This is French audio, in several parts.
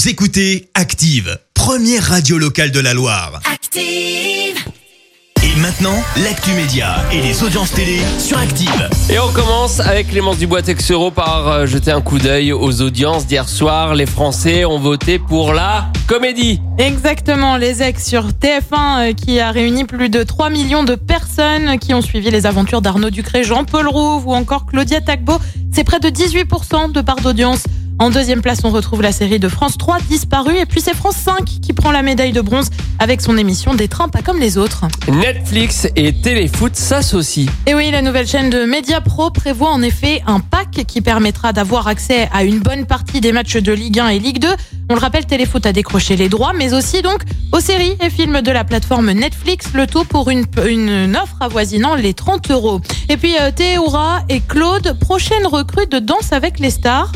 Vous écoutez Active, première radio locale de la Loire. Active. Et maintenant, l'actu média et les audiences télé sur Active. Et on commence avec Clémence Dubois-Texero par jeter un coup d'œil aux audiences d'hier soir. Les Français ont voté pour la comédie. Exactement, les ex sur TF1 qui a réuni plus de 3 millions de personnes qui ont suivi les aventures d'Arnaud Ducré, Jean-Paul Rouve ou encore Claudia Tagbo. C'est près de 18% de part d'audience. En deuxième place, on retrouve la série de France 3, Disparu. Et puis c'est France 5 qui prend la médaille de bronze avec son émission Des trains pas comme les autres. Netflix et Téléfoot s'associent. Et oui, la nouvelle chaîne de Mediapro prévoit en effet un pack qui permettra d'avoir accès à une bonne partie des matchs de Ligue 1 et Ligue 2. On le rappelle, Téléfoot a décroché les droits, mais aussi donc aux séries et films de la plateforme Netflix, le tout pour une offre avoisinant les 30 €. Et puis Théoura et Claude, prochaine recrue de Danse avec les stars.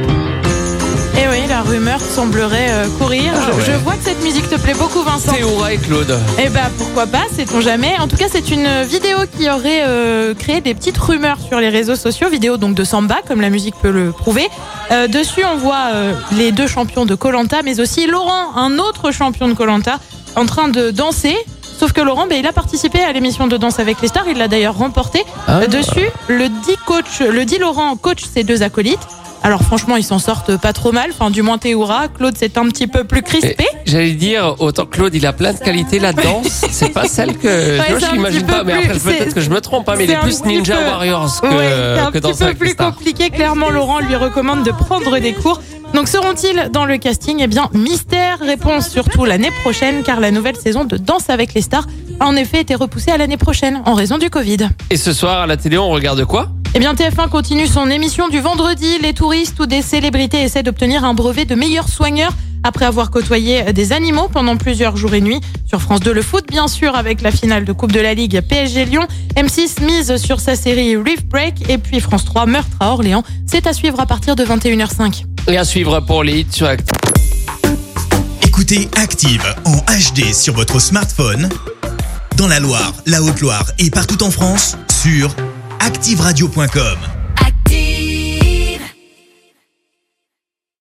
Et oui, la rumeur semblerait courir. Je vois que cette musique te plaît beaucoup, Vincent. Théoura et Claude. Eh ben pourquoi pas, sait-on jamais. En tout cas, c'est une vidéo qui aurait créé des petites rumeurs sur les réseaux sociaux. Vidéo donc de Samba, comme la musique peut le prouver. Dessus, on voit les deux champions de Koh-Lanta, mais aussi Laurent, un autre champion de Koh-Lanta, en train de danser. Sauf que Laurent, il a participé à l'émission de Danse avec les stars. Il l'a d'ailleurs remporté. Dessus, le dit Laurent coach ses deux acolytes. Alors franchement, ils s'en sortent pas trop mal. Enfin, du moins Théoura. Claude, c'est un petit peu plus crispé. J'allais dire, autant Claude, il a plein de qualités, la danse. C'est pas celle que je l'imagine pas. Mais après, peut-être que je me trompe, mais il est plus Ninja Warriors que Danse c'est un avec petit les peu plus stars. compliqué. Clairement, Laurent lui recommande de prendre des cours. Donc seront-ils dans le casting ? Eh bien, mystère. Réponse surtout l'année prochaine, car la nouvelle saison de Danse avec les stars a en effet été repoussée à l'année prochaine en raison du Covid. Et ce soir, à la télé, on regarde quoi ? Eh bien, TF1 continue son émission du vendredi. Les touristes ou des célébrités essaient d'obtenir un brevet de meilleur soigneur après avoir côtoyé des animaux pendant plusieurs jours et nuits. Sur France 2, le foot, bien sûr, avec la finale de Coupe de la Ligue PSG Lyon. M6 mise sur sa série Reef Break. Et puis France 3, Meurtre à Orléans. C'est à suivre à partir de 21h05. Et à suivre pour les hits sur Active. Écoutez Active en HD sur votre smartphone, dans la Loire, la Haute-Loire et partout en France, sur activeradio.com.